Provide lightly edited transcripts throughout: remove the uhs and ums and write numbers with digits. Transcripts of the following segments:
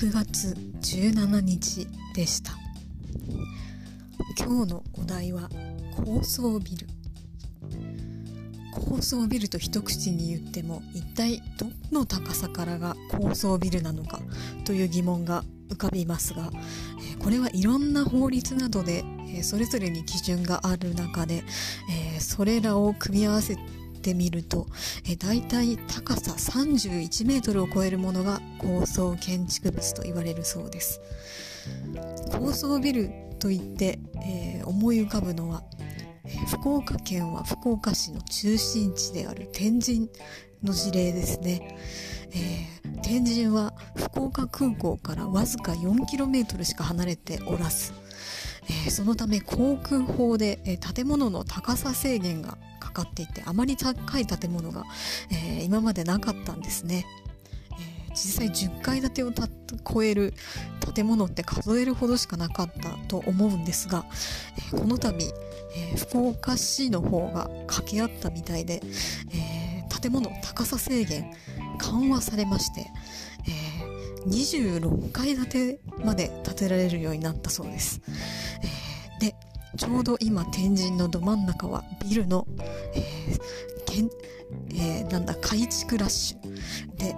6月17日でした。今日のお題は高層ビル。高層ビルと一口に言っても一体どの高さからが高層ビルなのかという疑問が浮かびますが、これはいろんな法律などでそれぞれに基準がある中で、それらを組み合わせてみると、だいたい高さ31メートルを超えるものが高層建築物と言われるそうです。高層ビルといって、思い浮かぶのは、福岡県は福岡市の中心地である天神の事例ですね。天神は福岡空港からわずか 4km しか離れておらず、そのため航空法で、建物の高さ制限がかかっていて、あまり高い建物が、今までなかったんですね。実際10階建てを超える建物って数えるほどしかなかったと思うんですが、この度、福岡市の方が掛け合ったみたいで、建物高さ制限緩和されまして、26階建てまで建てられるようになったそうです。で、ちょうど今天神のど真ん中はビルの、改築ラッシュで、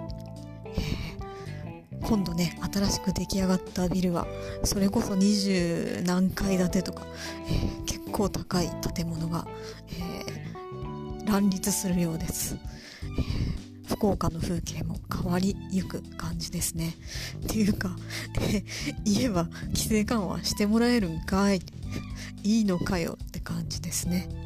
今度ね、新しく出来上がったビルはそれこそ20何階建てとか、結構高い建物が、乱立するようです。福岡の風景も変わりゆく感じですね。っていうか、家は規制緩和してもらえるんかいいいのかよって感じですね。